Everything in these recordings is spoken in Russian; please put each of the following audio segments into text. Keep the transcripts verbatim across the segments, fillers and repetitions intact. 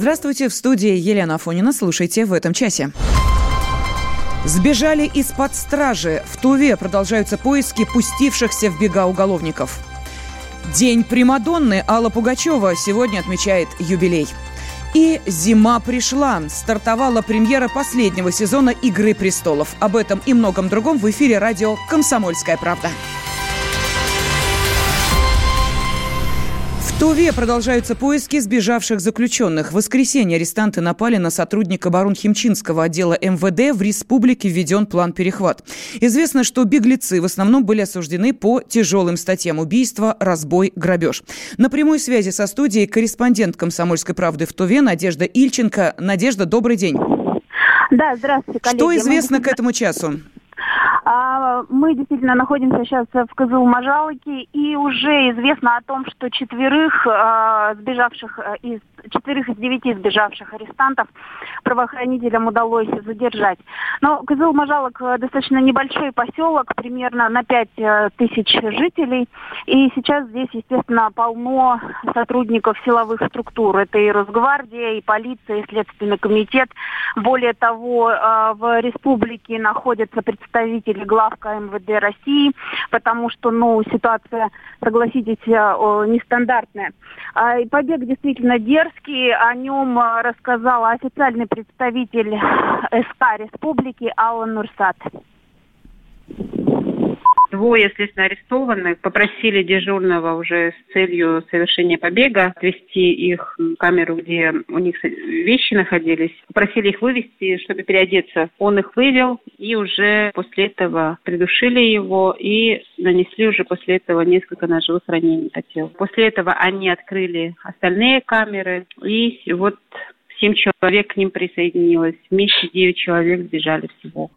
Здравствуйте, в студии Елена Афонина. Слушайте в этом часе. Сбежали из-под стражи. В Туве продолжаются поиски пустившихся в бега уголовников. День Примадонны. Алла Пугачева сегодня отмечает юбилей. И зима пришла. Стартовала премьера последнего сезона «Игры престолов». Об этом и многом другом в эфире радио «Комсомольская правда». В Туве продолжаются поиски сбежавших заключенных. В воскресенье арестанты напали на сотрудника Барун-Химчинского отдела эм вэ дэ. В республике введен план «Перехват». Известно, что беглецы в основном были осуждены по тяжелым статьям: убийство, разбой, грабеж. На прямой связи со студией корреспондент «Комсомольской правды» в Туве Надежда Ильченко. Надежда, добрый день. Да, здравствуйте, коллеги. Что известно Мы... к этому часу? Мы действительно находимся сейчас в Кызыл-Мажалыке, и уже известно о том, что четверых э, сбежавших из четверых из девяти сбежавших арестантов правоохранителям удалось задержать. Но Кызыл-Мажалок достаточно небольшой поселок, примерно на пять тысяч жителей, и сейчас здесь, естественно, полно сотрудников силовых структур. Это и Росгвардия, и полиция, и Следственный комитет. Более того, э, в республике находятся представители главка эм вэ дэ России, потому что, ну, ситуация, согласитесь, нестандартная. И побег действительно дерзкий. О нем рассказал официальный представитель эс ка республики Алла Нурсат. Двое, следственно, арестованных попросили дежурного уже с целью совершения побега отвезти их в камеру, где у них вещи находились. Попросили их вывести, чтобы переодеться. Он их вывел, и уже после этого придушили его и нанесли уже после этого несколько ножевых ранений по телу. После этого они открыли остальные камеры, и вот семь человек к ним присоединилось. Вместе девять человек сбежали всего.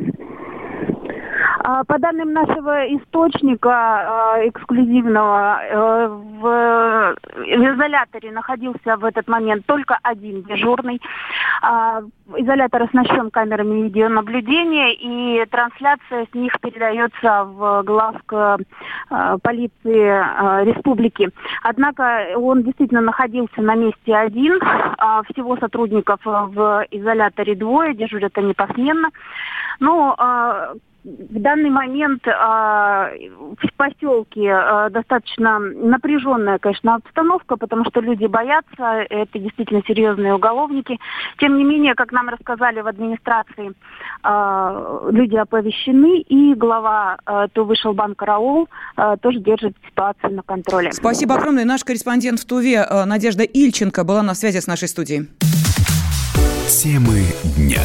По данным нашего источника эксклюзивного, в изоляторе находился в этот момент только один дежурный. Изолятор оснащен камерами видеонаблюдения, и трансляция с них передается в главк полиции республики. Однако он действительно находился на месте один. Всего сотрудников в изоляторе двое, дежурят они посменно. Ну, в данный момент э, в поселке э, достаточно напряженная, конечно, обстановка, потому что люди боятся, это действительно серьезные уголовники. Тем не менее, как нам рассказали в администрации, э, люди оповещены, и глава э, Тувы Шалбан Караул э, тоже держит ситуацию на контроле. Спасибо огромное. Наш корреспондент в Туве э, Надежда Ильченко была на связи с нашей студией. Темы дня.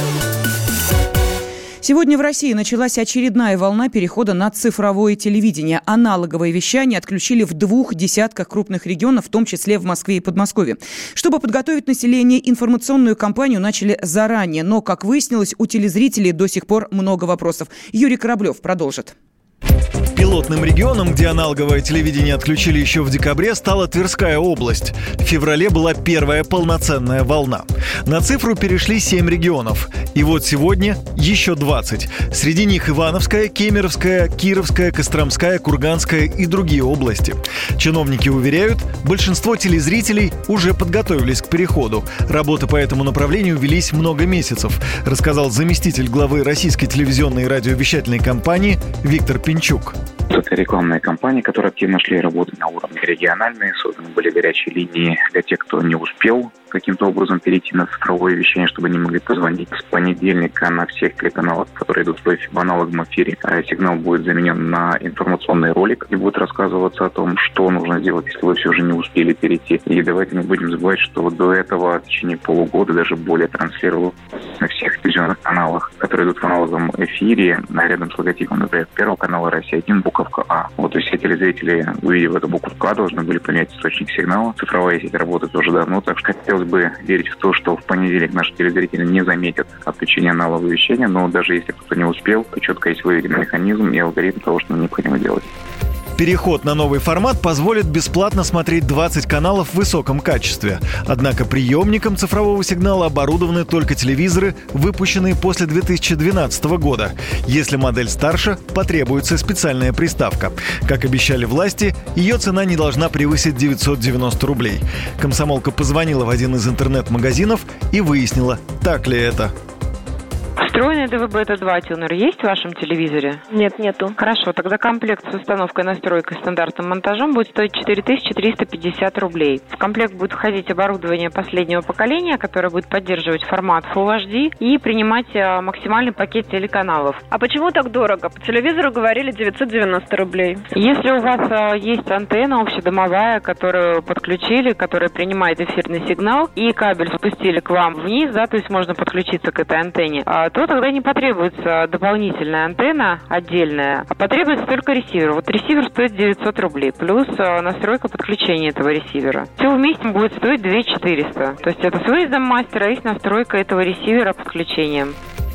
Сегодня в России началась очередная волна перехода на цифровое телевидение. Аналоговое вещание отключили в двух десятках крупных регионов, в том числе в Москве и Подмосковье. Чтобы подготовить население, информационную кампанию начали заранее. Но, как выяснилось, у телезрителей до сих пор много вопросов. Юрий Кораблев продолжит. Пилотным регионом, где аналоговое телевидение отключили еще в декабре, стала Тверская область. В феврале была первая полноценная волна. На цифру перешли семь регионов. И вот сегодня еще двадцать. Среди них Ивановская, Кемеровская, Кировская, Костромская, Курганская и другие области. Чиновники уверяют, большинство телезрителей уже подготовились к переходу. Работы по этому направлению велись много месяцев, рассказал заместитель главы российской телевизионной и радиовещательной компании Виктор Пинчук. Это рекламные кампании, которые активно шли, работы на уровне региональные, созданы были горячие линии для тех, кто не успел каким-то образом перейти на цифровое вещание, чтобы они могли позвонить. С понедельника на всех телеканалах, которые идут в аналоговом эфире, сигнал будет заменен на информационный ролик и будет рассказываться о том, что нужно сделать, если вы все же не успели перейти. И давайте не будем забывать, что до этого в течение полугода, даже более, транслировал на всех телевизионных каналах, которые идут в аналоговом эфире, рядом с логотипом, например, Первого канала Россия один, буковка А. Вот, то есть все телезрители, увидев эту буковку А, должны были понять источник сигнала. Цифровая сеть работает уже давно, так что хотелось бы верить в то, что в понедельник наши телезрители не заметят отключения аналогового вещания, но даже если кто-то не успел, то четко есть выверенный механизм и алгоритм того, что необходимо делать. Переход на новый формат позволит бесплатно смотреть двадцать каналов в высоком качестве. Однако приемником цифрового сигнала оборудованы только телевизоры, выпущенные после две тысячи двенадцатого года. Если модель старше, потребуется специальная приставка. Как обещали власти, ее цена не должна превысить девятьсот девяносто рублей. «Комсомолка» позвонила в один из интернет-магазинов и выяснила, так ли это. Встроенный ди ви би ти два тюнер есть в вашем телевизоре? Нет, нету. Хорошо, тогда комплект с установкой, настройкой, стандартным монтажом будет стоить четыре тысячи триста пятьдесят рублей. В комплект будет входить оборудование последнего поколения, которое будет поддерживать формат Full эйч ди и принимать максимальный пакет телеканалов. А почему так дорого? По телевизору говорили девятьсот девяносто рублей. Если у вас есть антенна общедомовая, которую подключили, которая принимает эфирный сигнал, и кабель спустили к вам вниз, да, то есть можно подключиться к этой антенне, то тогда не потребуется дополнительная антенна отдельная, а потребуется только ресивер. Вот ресивер стоит девятьсот рублей, плюс настройка подключения этого ресивера. Все вместе будет стоить две тысячи четыреста. То есть это с выездом мастера и с настройкой этого ресивера подключением.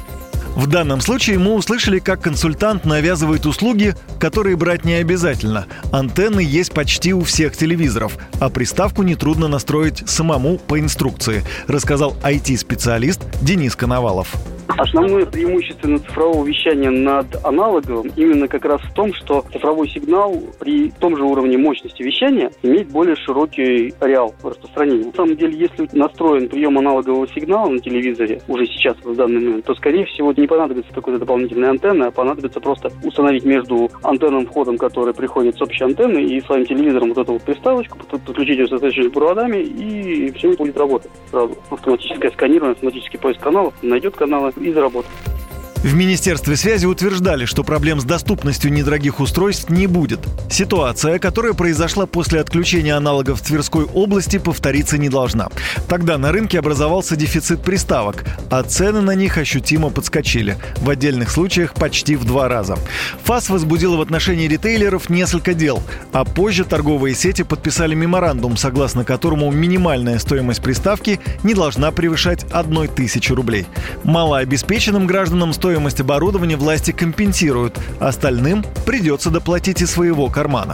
В данном случае мы услышали, как консультант навязывает услуги, которые брать не обязательно. Антенны есть почти у всех телевизоров, а приставку нетрудно настроить самому по инструкции, рассказал ай ти-специалист Денис Коновалов. Основное преимущество цифрового вещания над аналоговым именно как раз в том, что цифровой сигнал при том же уровне мощности вещания имеет более широкий ареал распространения. На самом деле, если настроен прием аналогового сигнала на телевизоре уже сейчас, в данный момент, то, скорее всего, не понадобится какой-то дополнительной антенны, а понадобится просто установить между антенным входом, который приходит с общей антенны, и своим телевизором вот эту вот приставочку, подключить ее соответствующими проводами, и все будет работать сразу. Автоматическое сканирование, автоматический поиск каналов, найдет каналы и заработает. В Министерстве связи утверждали, что проблем с доступностью недорогих устройств не будет. Ситуация, которая произошла после отключения аналогов в Тверской области, повториться не должна. Тогда на рынке образовался дефицит приставок, а цены на них ощутимо подскочили. В отдельных случаях почти в два раза. ФАС возбудила в отношении ритейлеров несколько дел, а позже торговые сети подписали меморандум, согласно которому минимальная стоимость приставки не должна превышать одной тысячи рублей. Малообеспеченным гражданам стоит Стоимость оборудования власти компенсируют, остальным придется доплатить из своего кармана.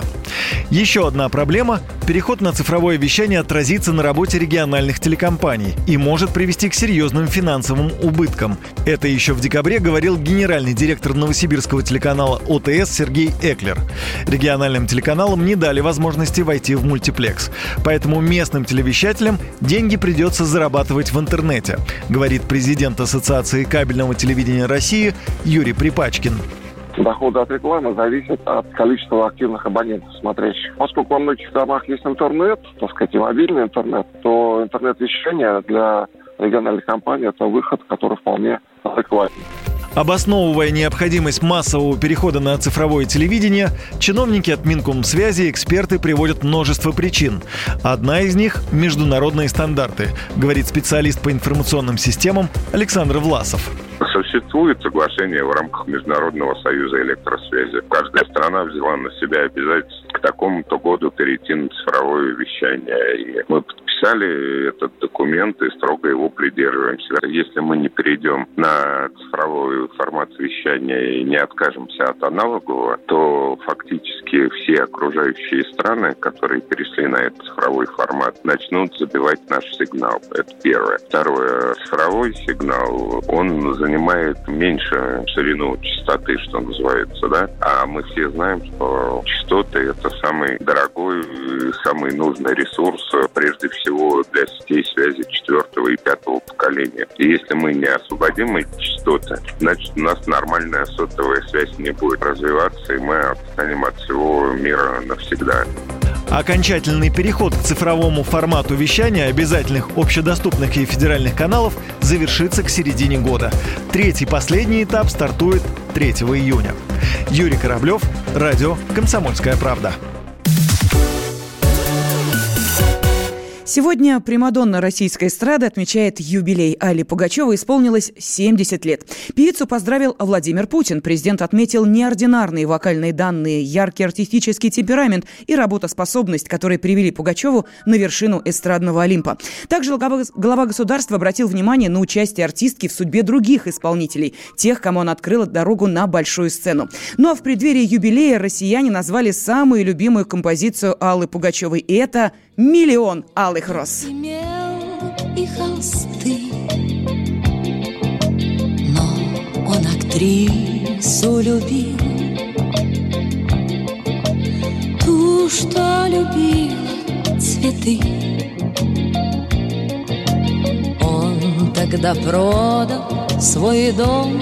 Еще одна проблема – переход на цифровое вещание отразится на работе региональных телекомпаний и может привести к серьезным финансовым убыткам. Это еще в декабре говорил генеральный директор новосибирского телеканала о тэ эс Сергей Эклер. Региональным телеканалам не дали возможности войти в мультиплекс, поэтому местным телевещателям деньги придется зарабатывать в интернете, говорит президент Ассоциации кабельного телевидения России Юрий Припачкин. Доходы от рекламы зависят от количества активных абонентов, смотрящих. Поскольку во многих домах есть интернет, так сказать, и мобильный интернет, то интернет-вещание для региональных компаний – это выход, который вполне адекватен. Обосновывая необходимость массового перехода на цифровое телевидение, чиновники от Минкомсвязи и эксперты приводят множество причин. Одна из них – международные стандарты, говорит специалист по информационным системам Александр Власов. Существует соглашение в рамках Международного союза электросвязи. Каждая страна взяла на себя обязательство к такому-то году перейти на цифровое вещание. И мы подписали этот документ и строго его придерживаемся. Если мы не перейдем на цифровой формат вещания и не откажемся от аналогового, то фактически все окружающие страны, которые перешли на этот цифровой формат, начнут забивать наш сигнал. Это первое. Второе. Цифровой сигнал, он занимает меньше ширину частоты, что называется, да? А мы все знаем, что частоты – это самый дорогой, самый нужный ресурс, прежде всего, для сетей связи четвертого и пятого поколения. И если мы не освободим эти частоты, значит, у нас нормальная сотовая связь не будет развиваться, и мы отстанем от всего мира навсегда. Окончательный переход к цифровому формату вещания обязательных общедоступных и федеральных каналов завершится к середине года. Третий последний этап стартует третьего июня. Юрий Кораблев, радио «Комсомольская правда». Сегодня примадонна российской эстрады отмечает юбилей. Алле Пугачевой исполнилось семьдесят лет. Певицу поздравил Владимир Путин. Президент отметил неординарные вокальные данные, яркий артистический темперамент и работоспособность, которые привели Пугачеву на вершину эстрадного Олимпа. Также глава государства обратил внимание на участие артистки в судьбе других исполнителей, тех, кому она открыла дорогу на большую сцену. Ну а в преддверии юбилея россияне назвали самую любимую композицию Аллы Пугачевой. И это «Миллион алых роз». И холсты, но он актрису любил, ту, что любила цветы. Он тогда продал свой дом,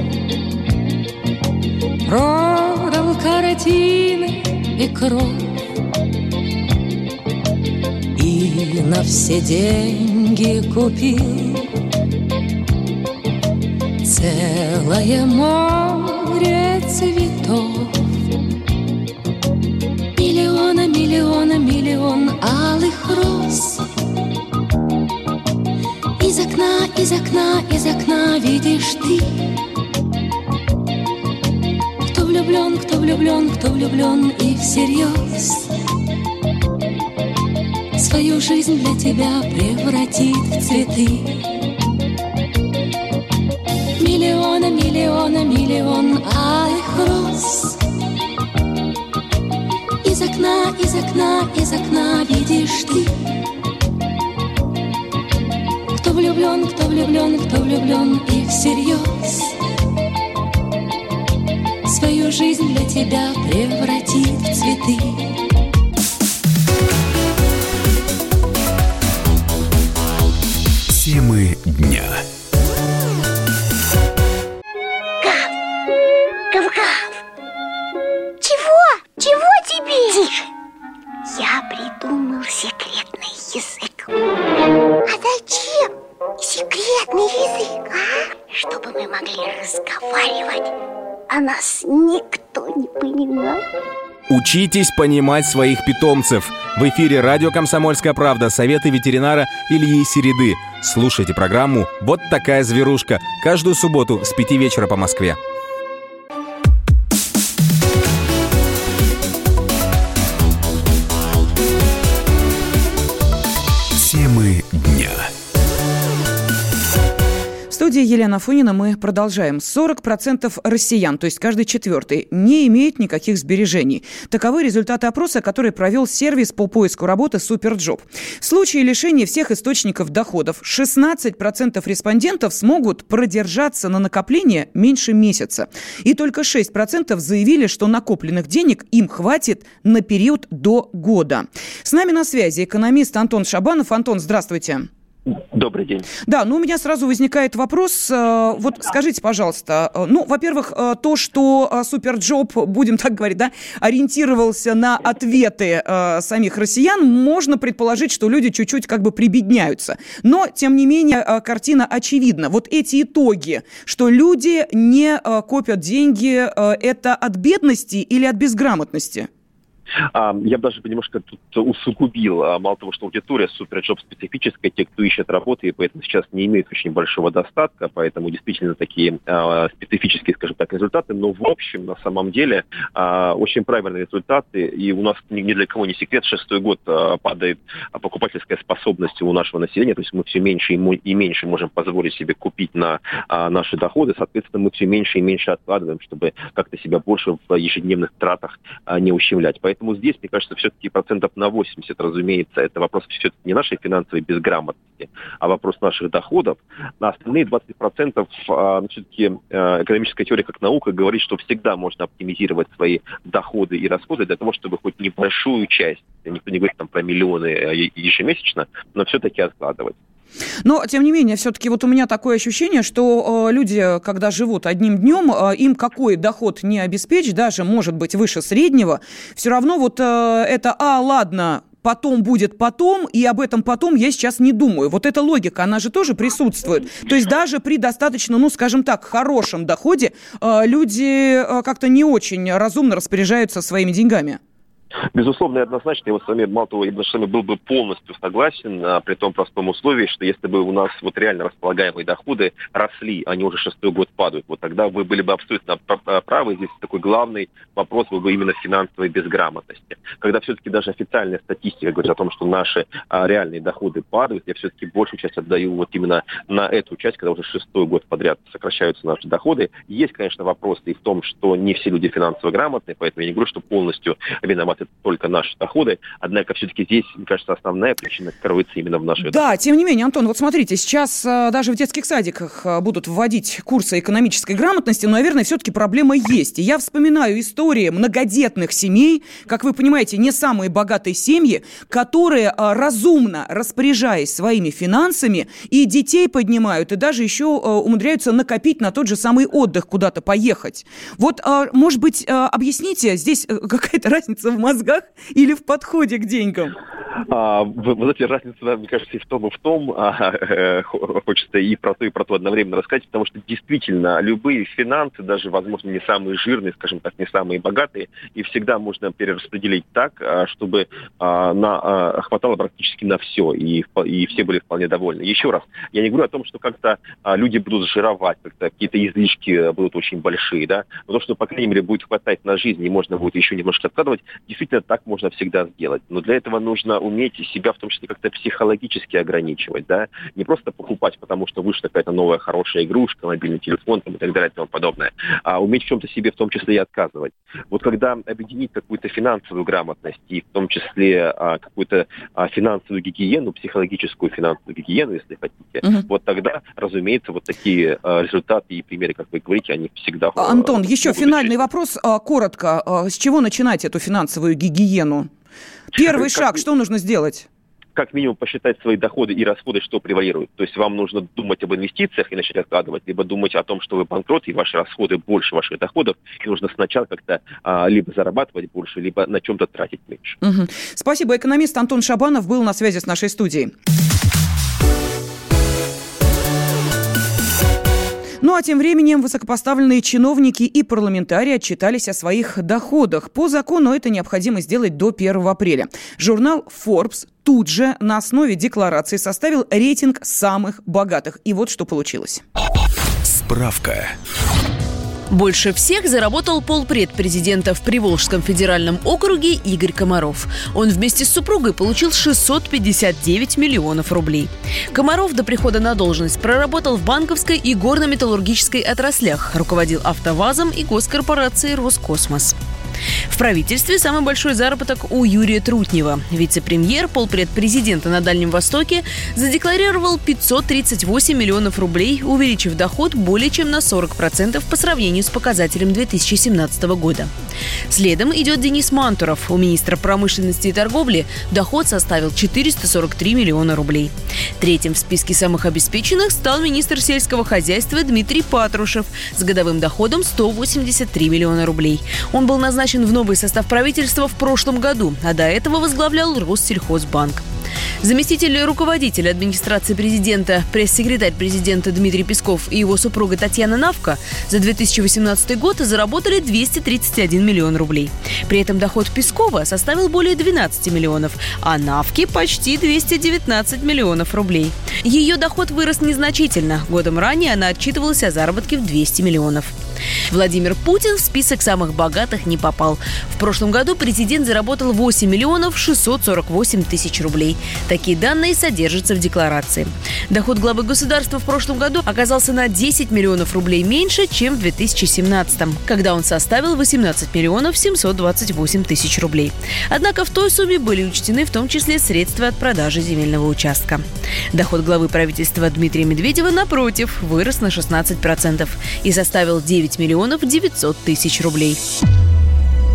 продал картины и кровь, и на все деньги купил целое море цветов. Миллиона, миллиона, миллион алых роз. Из окна, из окна, из окна видишь ты. Кто влюблен, кто влюблен, кто влюблен и всерьез свою жизнь для тебя превратит в цветы. Миллиона, миллиона, миллион алых роз. Из окна, из окна, из окна видишь ты. Кто влюблен, кто влюблен, кто влюблен и всерьез свою жизнь для тебя превратит в цветы. Темы дня. Гав! Гав-гав! Чего? Чего тебе? Тише! Я придумал секретный язык. А зачем секретный язык, а? Чтобы мы могли разговаривать, а нас никто не понимает. Учитесь понимать своих питомцев. В эфире радио «Комсомольская правда», советы ветеринара Ильи Середы. Слушайте программу «Вот такая зверушка» каждую субботу с пяти вечера по Москве. Темы дня. В студии Елена Афонина мы продолжаем. сорок процентов россиян, то есть каждый четвертый, не имеет никаких сбережений. Таковы результаты опроса, который провел сервис по поиску работы «Суперджоп». В случае лишения всех источников доходов шестнадцать процентов респондентов смогут продержаться на накопление меньше месяца. И только шесть процентов заявили, что накопленных денег им хватит на период до года. С нами на связи экономист Антон Шабанов. Антон, здравствуйте. Добрый день. Да, ну у меня сразу возникает вопрос. Вот скажите, пожалуйста, ну, во-первых, то, что Суперджоп, будем так говорить, да, ориентировался на ответы э, самих россиян, можно предположить, что люди чуть-чуть как бы прибедняются. Но, тем не менее, картина очевидна. Вот эти итоги, что люди не э, копят деньги, э, это от бедности или от безграмотности? Я бы даже немножко тут усугубил. Мало того, что аудитория Суперджоп специфическая, те, кто ищет работы, и поэтому сейчас не имеют очень большого достатка, поэтому действительно такие а, специфические, скажем так, результаты. Но в общем, на самом деле, а, очень правильные результаты. И у нас ни, ни для кого не секрет, шестой год а, падает покупательская способность у нашего населения. То есть мы все меньше и, и меньше можем позволить себе купить на а, наши доходы. Соответственно, мы все меньше и меньше откладываем, чтобы как-то себя больше в ежедневных тратах а, не ущемлять. Поэтому Поэтому здесь, мне кажется, все-таки процентов на восемьдесят, разумеется, это вопрос все-таки не нашей финансовой безграмотности, а вопрос наших доходов. На остальные двадцать процентов а, все-таки а, экономическая теория как наука говорит, что всегда можно оптимизировать свои доходы и расходы для того, чтобы хоть небольшую часть, никто не говорит там про миллионы ежемесячно, но все-таки откладывать. Но, тем не менее, все-таки вот у меня такое ощущение, что э, люди, когда живут одним днем, э, им какой доход не обеспечить, даже, может быть, выше среднего, все равно вот э, это, а, ладно, потом будет потом, и об этом потом я сейчас не думаю. Вот эта логика, она же тоже присутствует. То есть даже при достаточно, ну, скажем так, хорошем доходе э, люди э, как-то не очень разумно распоряжаются своими деньгами. Безусловно и однозначно, я вот с вами, мало того, я бы с вами был бы полностью согласен, а, при том простом условии, что если бы у нас вот реально располагаемые доходы росли, они уже шестой год падают, вот тогда вы были бы абсолютно правы. Здесь такой главный вопрос был бы именно финансовой безграмотности. Когда все-таки даже официальная статистика говорит о том, что наши а, реальные доходы падают, я все-таки большую часть отдаю вот именно на эту часть, когда уже шестой год подряд сокращаются наши доходы. Есть, конечно, вопросы и в том, что не все люди финансово грамотны, поэтому я не говорю, что полностью виноваты только наши доходы. Однако все-таки здесь, мне кажется, основная причина кроется именно в нашей... Да, тем не менее, Антон, вот смотрите, сейчас а, даже в детских садиках а, будут вводить курсы экономической грамотности, но, наверное, все-таки проблема есть. И я вспоминаю истории многодетных семей, как вы понимаете, не самые богатые семьи, которые а, разумно распоряжаясь своими финансами и детей поднимают, и даже еще а, умудряются накопить на тот же самый отдых, куда-то поехать. Вот, а, может быть, а, объясните, здесь какая-то разница в мозгах или в подходе к деньгам? А, вы, вы знаете, разница, мне кажется, и в том, и в том. А, э, хочется и про то, и про то одновременно рассказать, потому что действительно любые финансы, даже, возможно, не самые жирные, скажем так, не самые богатые, и всегда можно перераспределить так, чтобы а, на, а, хватало практически на все, и, и все были вполне довольны. Еще раз, я не говорю о том, что как-то а, люди будут жировать, как-то какие-то излишки будут очень большие, да, но то, что, по крайней мере, будет хватать на жизнь, и можно будет еще немножко откладывать, действительно так можно всегда сделать. Но для этого нужно уметь себя, в том числе, как-то психологически ограничивать, да, не просто покупать, потому что вышла какая-то новая хорошая игрушка, мобильный телефон там, и так далее и тому подобное, а уметь в чем-то себе в том числе и отказывать. Вот когда объединить какую-то финансовую грамотность и в том числе а, какую-то а, финансовую гигиену, психологическую финансовую гигиену, если хотите, uh-huh. вот тогда, разумеется, вот такие а, результаты и примеры, как вы говорите, они всегда... Антон, а, еще финальный вопрос, а, коротко. А, с чего начинать эту финансовую гигиену? Первый шаг, что нужно сделать? Как минимум посчитать свои доходы и расходы, что превалирует. То есть вам нужно думать об инвестициях и начать откладывать, либо думать о том, что вы банкрот, и ваши расходы больше ваших доходов, и нужно сначала как-то а, либо зарабатывать больше, либо на чем-то тратить меньше. Угу. Спасибо. Экономист Антон Шабанов был на связи с нашей студией. Ну а тем временем высокопоставленные чиновники и парламентарии отчитались о своих доходах. По закону это необходимо сделать до первого апреля. Журнал Forbes тут же на основе декларации составил рейтинг самых богатых. И вот что получилось. Справка. Больше всех заработал полпред президента в Приволжском федеральном округе Игорь Комаров. Он вместе с супругой получил шестьсот пятьдесят девять миллионов рублей. Комаров до прихода на должность проработал в банковской и горно-металлургической отраслях, руководил АвтоВАЗом и госкорпорацией «Роскосмос». В правительстве самый большой заработок у Юрия Трутнева. Вице-премьер, полпред президента на Дальнем Востоке, задекларировал пятьсот тридцать восемь миллионов рублей, увеличив доход более чем на сорок процентов по сравнению с показателем две тысячи семнадцатого года. Следом идет Денис Мантуров. У министра промышленности и торговли доход составил четыреста сорок три миллиона рублей. Третьим в списке самых обеспеченных стал министр сельского хозяйства Дмитрий Патрушев с годовым доходом сто восемьдесят три миллиона рублей. Он был назначен в новый состав правительства в прошлом году, а до этого возглавлял Россельхозбанк. Заместитель руководителя администрации президента, пресс-секретарь президента Дмитрий Песков и его супруга Татьяна Навка за две тысячи восемнадцатый год заработали двести тридцать один миллион рублей. При этом доход Пескова составил более двенадцать миллионов, а Навки почти двести девятнадцать миллионов рублей. Ее доход вырос незначительно. Годом ранее она отчитывалась о заработке в двести миллионов. Владимир Путин в список самых богатых не попал. В прошлом году президент заработал восемь миллионов шестьсот сорок восемь тысяч рублей. Такие данные содержатся в декларации. Доход главы государства в прошлом году оказался на десять миллионов рублей меньше, чем в две тысячи семнадцатом, когда он составил восемнадцать миллионов семьсот двадцать восемь тысяч рублей. Однако в той сумме были учтены в том числе средства от продажи земельного участка. Доход главы правительства Дмитрия Медведева, напротив, вырос на шестнадцать процентов и составил девять миллионов девятьсот тысяч рублей.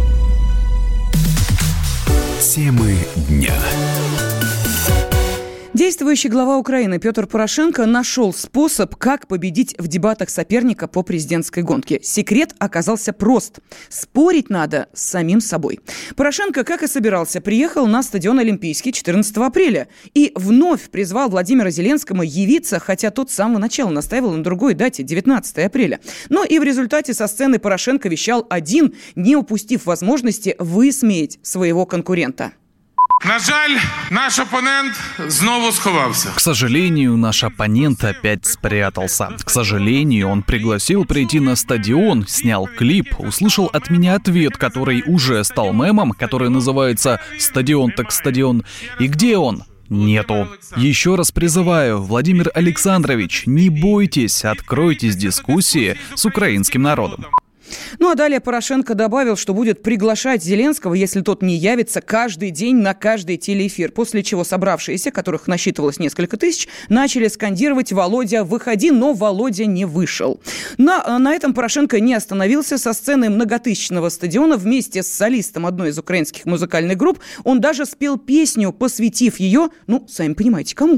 Темы дня. Действующий глава Украины Петр Порошенко нашел способ, как победить в дебатах соперника по президентской гонке. Секрет оказался прост. Спорить надо с самим собой. Порошенко, как и собирался, приехал на стадион Олимпийский четырнадцатого апреля и вновь призвал Владимира Зеленского явиться, хотя тот с самого начала настаивал на другой дате, девятнадцатого апреля. Но и в результате со сцены Порошенко вещал один, не упустив возможности высмеять своего конкурента. На жаль, наш оппонент снова сховался. К сожалению, наш оппонент опять спрятался. К сожалению, он пригласил прийти на стадион, снял клип, услышал от меня ответ, который уже стал мемом, который называется «Стадион так стадион». И где он? Нету. Еще раз призываю, Владимир Александрович, не бойтесь, откройтесь дискуссии с украинским народом. Ну а далее Порошенко добавил, что будет приглашать Зеленского, если тот не явится, каждый день на каждый телеэфир. После чего собравшиеся, которых насчитывалось несколько тысяч, начали скандировать «Володя, выходи», но Володя не вышел. На, на этом Порошенко не остановился. Со сцены многотысячного стадиона вместе с солистом одной из украинских музыкальных групп он даже спел песню, посвятив ее, ну, сами понимаете, кому.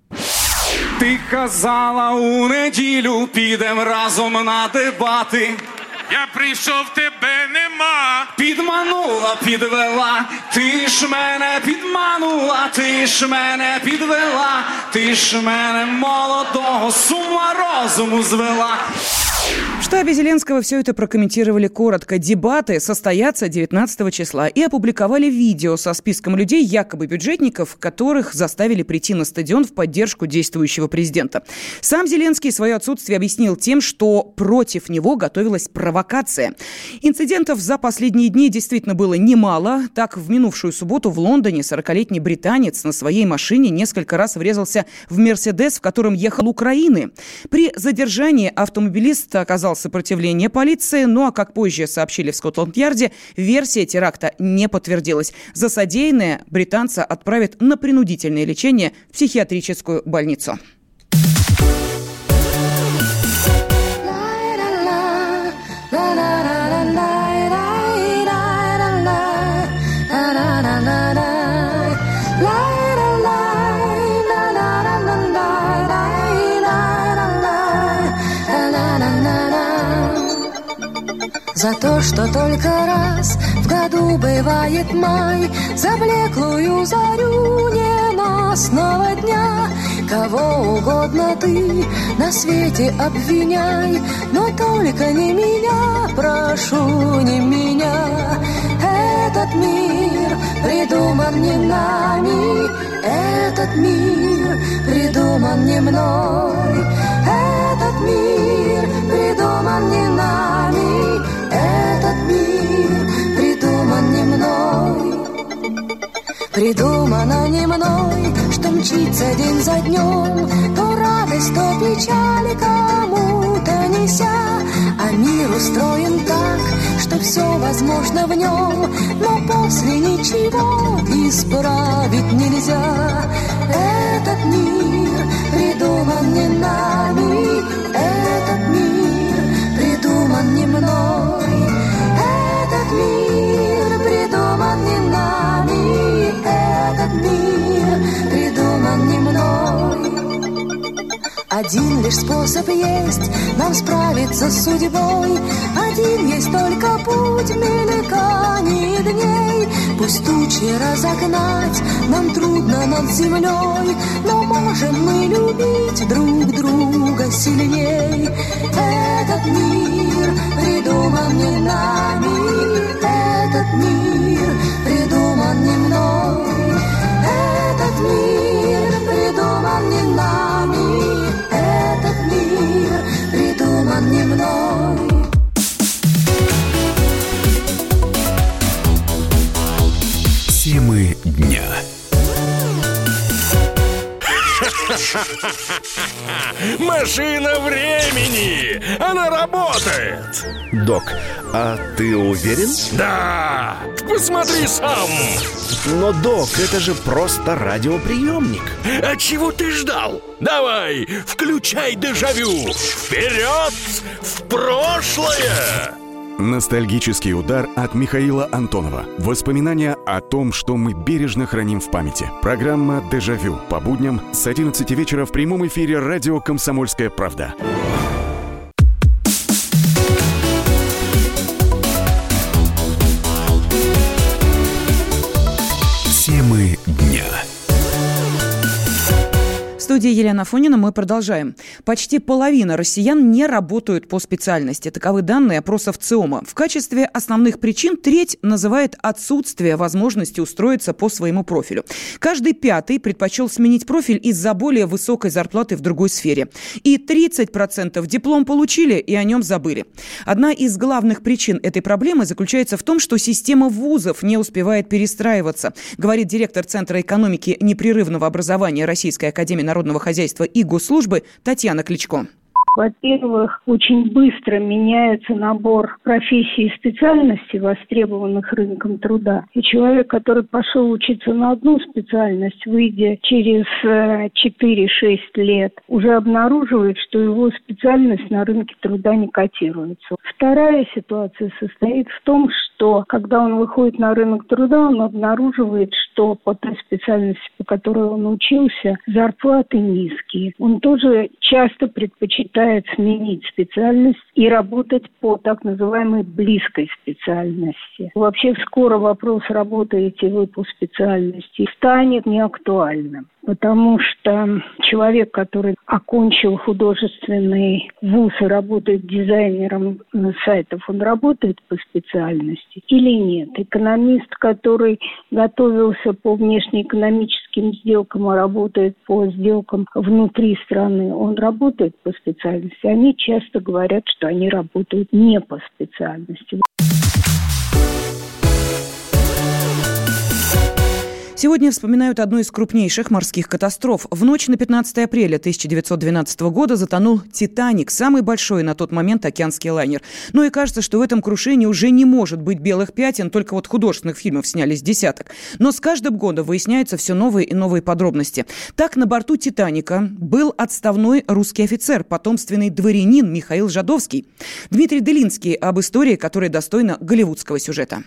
Ти казала у неділю підем разом на дебати. Я прийшов, тебе нема. Підманула, підвела, ти ж мене підманула, ти ж мене підвела, ти ж мене молодого з ума розуму звела. В штабе Зеленского все это прокомментировали коротко. Дебаты состоятся девятнадцатого числа и опубликовали видео со списком людей, якобы бюджетников, которых заставили прийти на стадион в поддержку действующего президента. Сам Зеленский свое отсутствие объяснил тем, что против него готовилась провокация. Инцидентов за последние дни действительно было немало. Так, в минувшую субботу в Лондоне сорокалетний британец на своей машине несколько раз врезался в «Мерседес», в котором ехал Украины. При задержании автомобилист оказал сопротивление полиции, ну а, как позже сообщили в Скотланд-Ярде, версия теракта не подтвердилась. За содеянное британца отправят на принудительное лечение в психиатрическую больницу. За то, что только раз в году бывает май, за блеклую зарю ненастного дня. Кого угодно ты на свете обвиняй, но только не меня, прошу, не меня. Этот мир придуман не нами, этот мир придуман не мной. Этот мир придуман не нами, этот мир придуман не мной. Придумано не мной, что мчится день за днем, то радость, то печаль кому-то неся. А мир устроен так, что все возможно в нем, но после ничего исправить нельзя. Этот мир придуман не нами, этот мир придуман не мной. Этот мир придуман не нами, этот мир придуман не мной. Один лишь способ есть нам справиться с судьбой, один есть только путь мельканий дней. Пусть тучи разогнать нам трудно над землей, но можем мы любить друг друга сильней. Этот мир придуман не нами, этот мир придуман не мной. Этот мир придуман не нами, этот мир придуман не мной. Темы дня. Машина времени! Она работает! Док, а ты уверен? Да! Посмотри сам! Но, док, это же просто радиоприемник. А чего ты ждал? Давай, включай дежавю! Вперед! В прошлое! Ностальгический удар от Михаила Антонова. Воспоминания о том, что мы бережно храним в памяти. Программа «Дежавю» по будням с одиннадцати вечера в прямом эфире радио «Комсомольская правда». Темы дня. В студии Елена Афонина мы продолжаем. Почти половина россиян не работают по специальности. Таковы данные опросов ЦИОМа. В качестве основных причин треть называет отсутствие возможности устроиться по своему профилю. Каждый пятый предпочел сменить профиль из-за более высокой зарплаты в другой сфере. И тридцать процентов диплом получили и о нем забыли. Одна из главных причин этой проблемы заключается в том, что система вузов не успевает перестраиваться, говорит директор Центра экономики непрерывного образования Российской академии народного хозяйства и госслужбы Татьяна Кличко. Во-первых, очень быстро меняется набор профессий и специальностей, востребованных рынком труда. И человек, который пошел учиться на одну специальность, выйдя через четыре-шесть лет, уже обнаруживает, что его специальность на рынке труда не котируется. Вторая ситуация состоит в том, что когда он выходит на рынок труда, он обнаруживает, что по той специальности, по которой он учился, зарплаты низкие. Он тоже часто предпочитает сменить специальность и работать по так называемой близкой специальности. Вообще скоро вопрос, работаете вы по специальности, станет неактуальным. Потому что человек, который окончил художественный вуз и работает дизайнером сайтов, он работает по специальности или нет? Экономист, который готовился по внешнеэкономическим сделкам, а работает по сделкам внутри страны, он работает по специальности. Они часто говорят, что они работают не по специальности. Сегодня вспоминают одну из крупнейших морских катастроф. В ночь на пятнадцатое апреля тысяча девятьсот двенадцатого года затонул «Титаник», самый большой на тот момент океанский лайнер. Ну и кажется, что в этом крушении уже не может быть белых пятен, только вот художественных фильмов снялись десяток. Но с каждым годом выясняются все новые и новые подробности. Так, на борту «Титаника» был отставной русский офицер, потомственный дворянин Михаил Жадовский. Дмитрий Делинский об истории, которая достойна голливудского сюжета.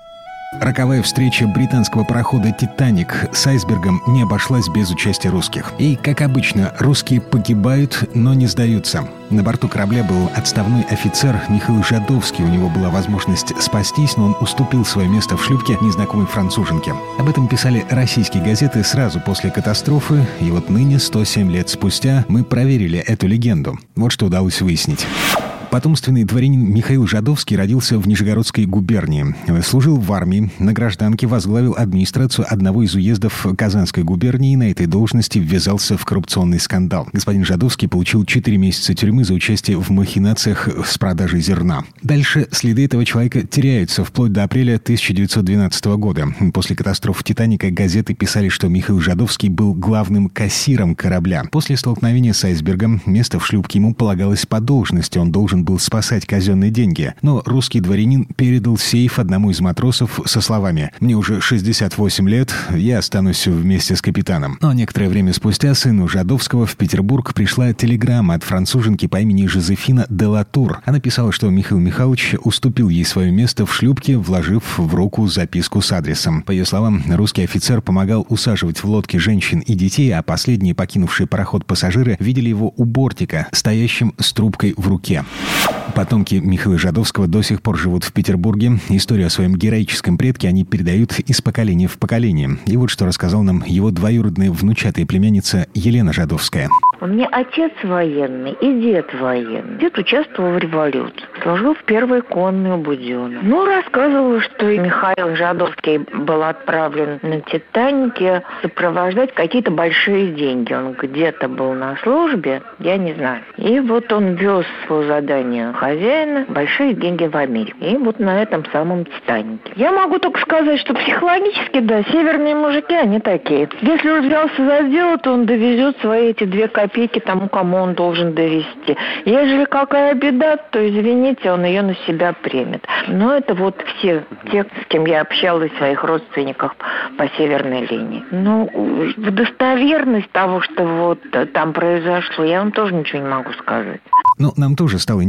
Роковая встреча британского парохода «Титаник» с айсбергом не обошлась без участия русских. И, как обычно, русские погибают, но не сдаются. На борту корабля был отставной офицер Михаил Жадовский. У него была возможность спастись, но он уступил свое место в шлюпке незнакомой француженке. Об этом писали российские газеты сразу после катастрофы. И вот ныне, сто семь лет спустя, мы проверили эту легенду. Вот что удалось выяснить. Потомственный дворянин Михаил Жадовский родился в Нижегородской губернии. Служил в армии, на гражданке возглавил администрацию одного из уездов Казанской губернии и на этой должности ввязался в коррупционный скандал. Господин Жадовский получил четыре месяца тюрьмы за участие в махинациях с продажей зерна. Дальше следы этого человека теряются вплоть до апреля тысяча девятьсот двенадцатого года. После катастрофы «Титаника» газеты писали, что Михаил Жадовский был главным кассиром корабля. После столкновения с айсбергом место в шлюпке ему полагалось по должности. Он должен был спасать казенные деньги. Но русский дворянин передал сейф одному из матросов со словами: «Мне уже шестьдесят восемь лет, я останусь вместе с капитаном». Но некоторое время спустя сыну Жадовского в Петербург пришла телеграмма от француженки по имени Жозефина де Латур. Она писала, что Михаил Михайлович уступил ей свое место в шлюпке, вложив в руку записку с адресом. По ее словам, русский офицер помогал усаживать в лодке женщин и детей, а последние, покинувшие пароход пассажиры, видели его у бортика, стоящим с трубкой в руке. Потомки Михаила Жадовского до сих пор живут в Петербурге. Историю о своем героическом предке они передают из поколения в поколение. И вот что рассказал нам его двоюродная внучатая племянница Елена Жадовская. У меня отец военный и дед военный. Дед участвовал в революции, служил в первой конной у Будённого. Ну, рассказывал, что Михаил Жадовский был отправлен на «Титанике» сопровождать какие-то большие деньги. Он где-то был на службе, я не знаю. И вот он вез по заданию хозяина большие деньги в Америку. И вот на этом самом «Титанике». Я могу только сказать, что психологически, да, северные мужики, они такие. Если он взялся за дело, то он довезет свои эти две копейки тому, кому он должен довести. Ежели какая беда, то, извините, он ее на себя примет. Но это вот все те, с кем я общалась, своих родственников по северной линии. Ну, в достоверность того, что вот там произошло, я вам тоже ничего не могу сказать. Ну, нам тоже стало интересно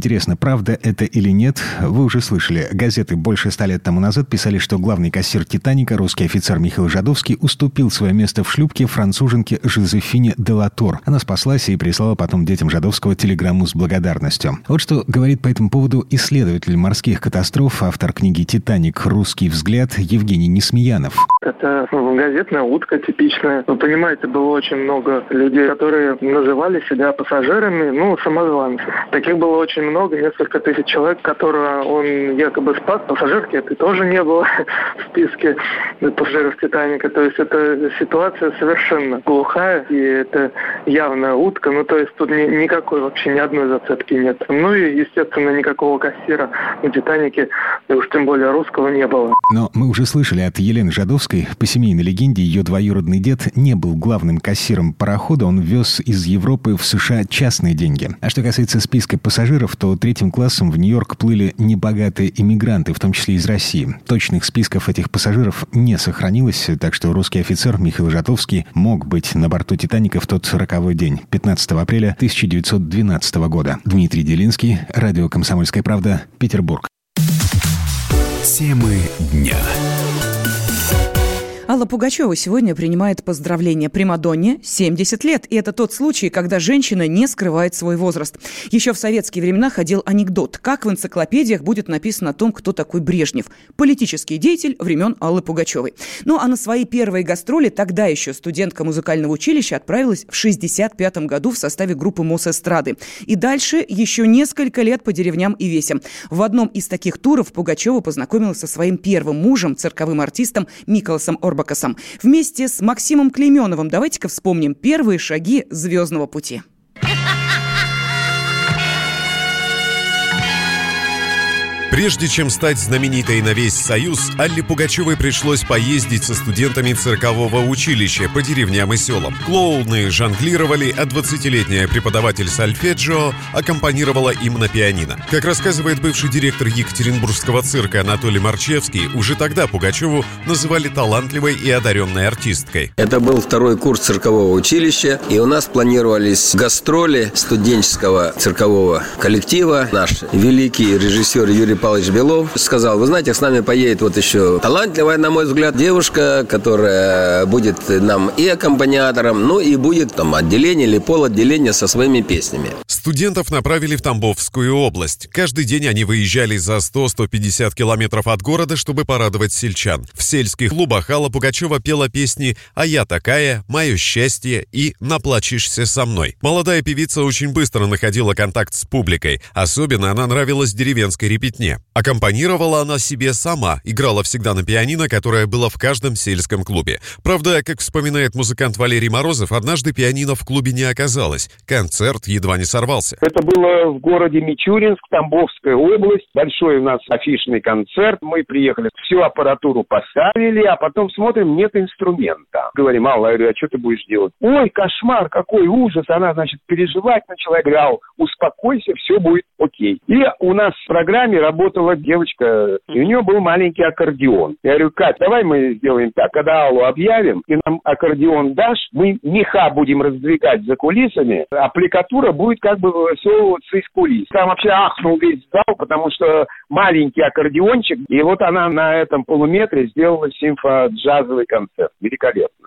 интересно, правда это или нет, вы уже слышали. Газеты больше ста лет тому назад писали, что главный кассир «Титаника», русский офицер Михаил Жадовский, уступил свое место в шлюпке француженке Жозефине де Латур. Она спаслась и прислала потом детям Жадовского телеграмму с благодарностью. Вот что говорит по этому поводу исследователь морских катастроф, автор книги «Титаник. Русский взгляд» Евгений Несмеянов. Это ну, газетная утка типичная. Вы понимаете, было очень много людей, которые называли себя пассажирами, ну, самозванцы. Таких было очень много, несколько тысяч человек, которые он якобы спас. Пассажирки это тоже не было в списке пассажиров «Титаника». То есть это ситуация совершенно глухая, и это явная утка. Ну, то есть тут ни, никакой вообще ни одной зацепки нет. Ну и, естественно, никакого кассира на «Титанике», и уж тем более русского, не было. Но мы уже слышали от Елены Жадовской, по семейной легенде, ее двоюродный дед не был главным кассиром парохода, он вез из Европы в США частные деньги. А что касается списка пассажиров, то третьим классом в Нью-Йорк плыли небогатые иммигранты, в том числе из России. Точных списков этих пассажиров не сохранилось, так что русский офицер Михаил Жадовский мог быть на борту «Титаника» в тот роковой день, пятнадцатого апреля тысяча девятьсот двенадцатого года. Дмитрий Делинский, радио «Комсомольская правда», Петербург. Темы дня. Алла Пугачева сегодня принимает поздравления примадонне семьдесят лет. И это тот случай, когда женщина не скрывает свой возраст. Еще в советские времена ходил анекдот, как в энциклопедиях будет написано о том, кто такой Брежнев. Политический деятель времен Аллы Пугачевой. Ну а на свои первые гастроли тогда еще студентка музыкального училища отправилась в шестьдесят пятом году в составе группы Мосэстрады. И дальше еще несколько лет по деревням и весям. В одном из таких туров Пугачева познакомилась со своим первым мужем, цирковым артистом Миколасом Орбакасом. Вместе с Максимом Клейменовым давайте-ка вспомним первые шаги звездного пути. Прежде чем стать знаменитой на весь Союз, Алле Пугачевой пришлось поездить со студентами циркового училища по деревням и селам. Клоуны жонглировали, а двадцатилетняя преподаватель сольфеджио аккомпанировала им на пианино. Как рассказывает бывший директор Екатеринбургского цирка Анатолий Марчевский, уже тогда Пугачеву называли талантливой и одаренной артисткой. Это был второй курс циркового училища, и у нас планировались гастроли студенческого циркового коллектива. Наш великий режиссер Юрий Павлович Белов сказал: вы знаете, с нами поедет вот еще талантливая, на мой взгляд, девушка, которая будет нам и аккомпаниатором, ну и будет там отделение или полотделение со своими песнями. Студентов направили в Тамбовскую область. Каждый день они выезжали за сто - сто пятьдесят километров от города, чтобы порадовать сельчан. В сельских клубах Алла Пугачева пела песни «А я такая», «Мое счастье» и «Наплачешься со мной». Молодая певица очень быстро находила контакт с публикой. Особенно она нравилась деревенской ребятне. Аккомпанировала она себе сама, играла всегда на пианино, которое было в каждом сельском клубе. Правда, как вспоминает музыкант Валерий Морозов, однажды пианино в клубе не оказалось. Концерт едва не сорвался. Это было в городе Мичуринск, Тамбовская область. Большой у нас афишный концерт. Мы приехали, всю аппаратуру поставили, а потом смотрим, нет инструмента. Говорим: Алла, я говорю, а что ты будешь делать? Ой, кошмар, какой ужас. Она, значит, переживать начала. Я говорю: успокойся, все будет окей. И у нас в программе работала девочка, и у нее был маленький аккордеон. Я говорю: Кать, давай мы сделаем так, когда Аллу объявим, и нам аккордеон дашь, мы меха будем раздвигать за кулисами, аппликатура будет как бы высовываться из кулис. Там вообще ахнул весь зал, потому что маленький аккордеончик, и вот она на этом полуметре сделала симфо-джазовый концерт. Великолепно.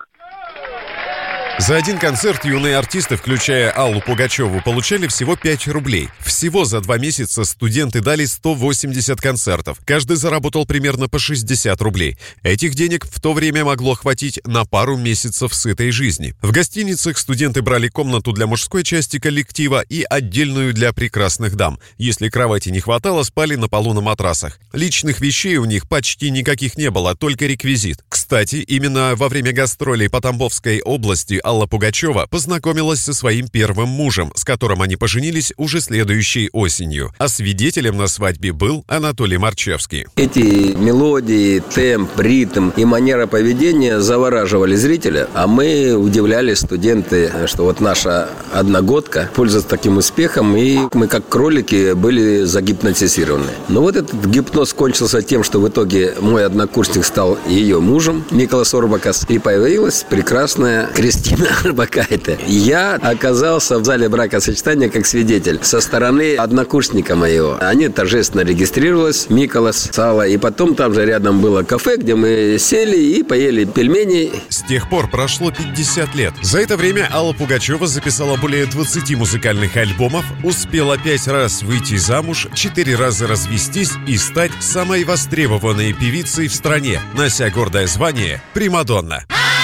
За один концерт юные артисты, включая Аллу Пугачеву, получали всего пять рублей. Всего за два месяца студенты дали сто восемьдесят концертов. Каждый заработал примерно по шестьдесят рублей. Этих денег в то время могло хватить на пару месяцев сытой жизни. В гостиницах студенты брали комнату для мужской части коллектива и отдельную для прекрасных дам. Если кровати не хватало, спали на полу на матрасах. Личных вещей у них почти никаких не было, только реквизит. Кстати, именно во время гастролей по Тамбовской области Алла Пугачева познакомилась со своим первым мужем, с которым они поженились уже следующей осенью. А свидетелем на свадьбе был Анатолий Марчевский. Эти мелодии, темп, ритм и манера поведения завораживали зрителя, а мы удивлялись, студенты, что вот наша одногодка пользуется таким успехом, и мы как кролики были загипнотизированы. Но вот этот гипноз кончился тем, что в итоге мой однокурсник стал ее мужем, Миколас Орбакас, и появилась прекрасная крестьянка Женщина какая-то. Я оказался в зале бракосочетания как свидетель со стороны однокурсника моего. Они торжественно регистрировались, Миколас, Сала, и потом там же рядом было кафе, где мы сели и поели пельмени. С тех пор прошло пятьдесят лет. За это время Алла Пугачева записала более двадцати музыкальных альбомов, успела пять раз выйти замуж, четыре раза развестись и стать самой востребованной певицей в стране, нося гордое звание «Примадонна».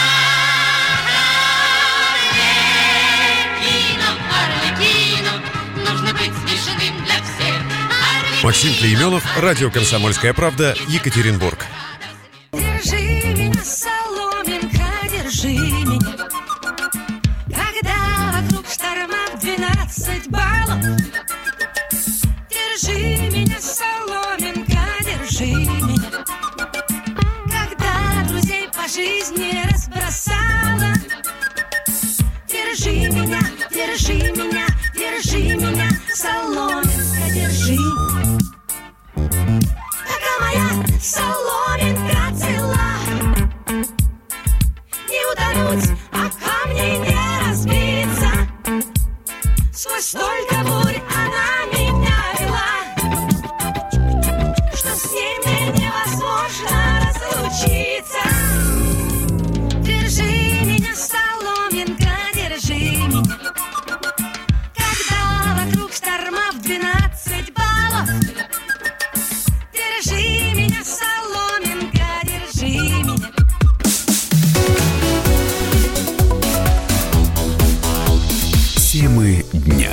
Максим Клейменов, радио «Комсомольская правда», Екатеринбург. Держи меня, соломинка, держи меня, когда вокруг шторма двенадцать баллов. Держи меня, соломинка, держи меня, когда друзей по жизни разбросала. Держи меня, держи меня, держи меня, соломинка, держи. Соломинка цела, не утонуть, а камни не разбиться. Сквозь столько бурь она меня вела, что с ней мне невозможно разлучиться. Держи меня, соломинка, держи меня, когда вокруг шторма в двенадцать баллов. Держи меня, соломинка, держи меня. Темы дня.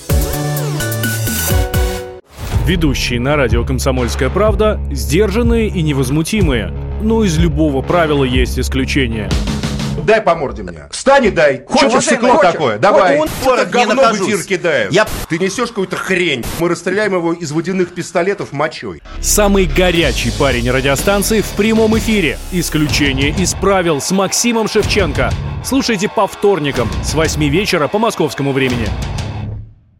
Ведущие на радио «Комсомольская правда» сдержанные и невозмутимые. Но из любого правила есть исключение. Дай по морде мне. Встань и дай. Хочешь Чё, стекло хочешь? такое? Давай. Вот Вот он, говно не в эфир кидает. Я... Ты несешь какую-то хрень. Мы расстреляем его из водяных пистолетов мочой. Самый горячий парень радиостанции в прямом эфире. Исключение из правил с Максимом Шевченко. Слушайте по вторникам с восьми вечера по московскому времени.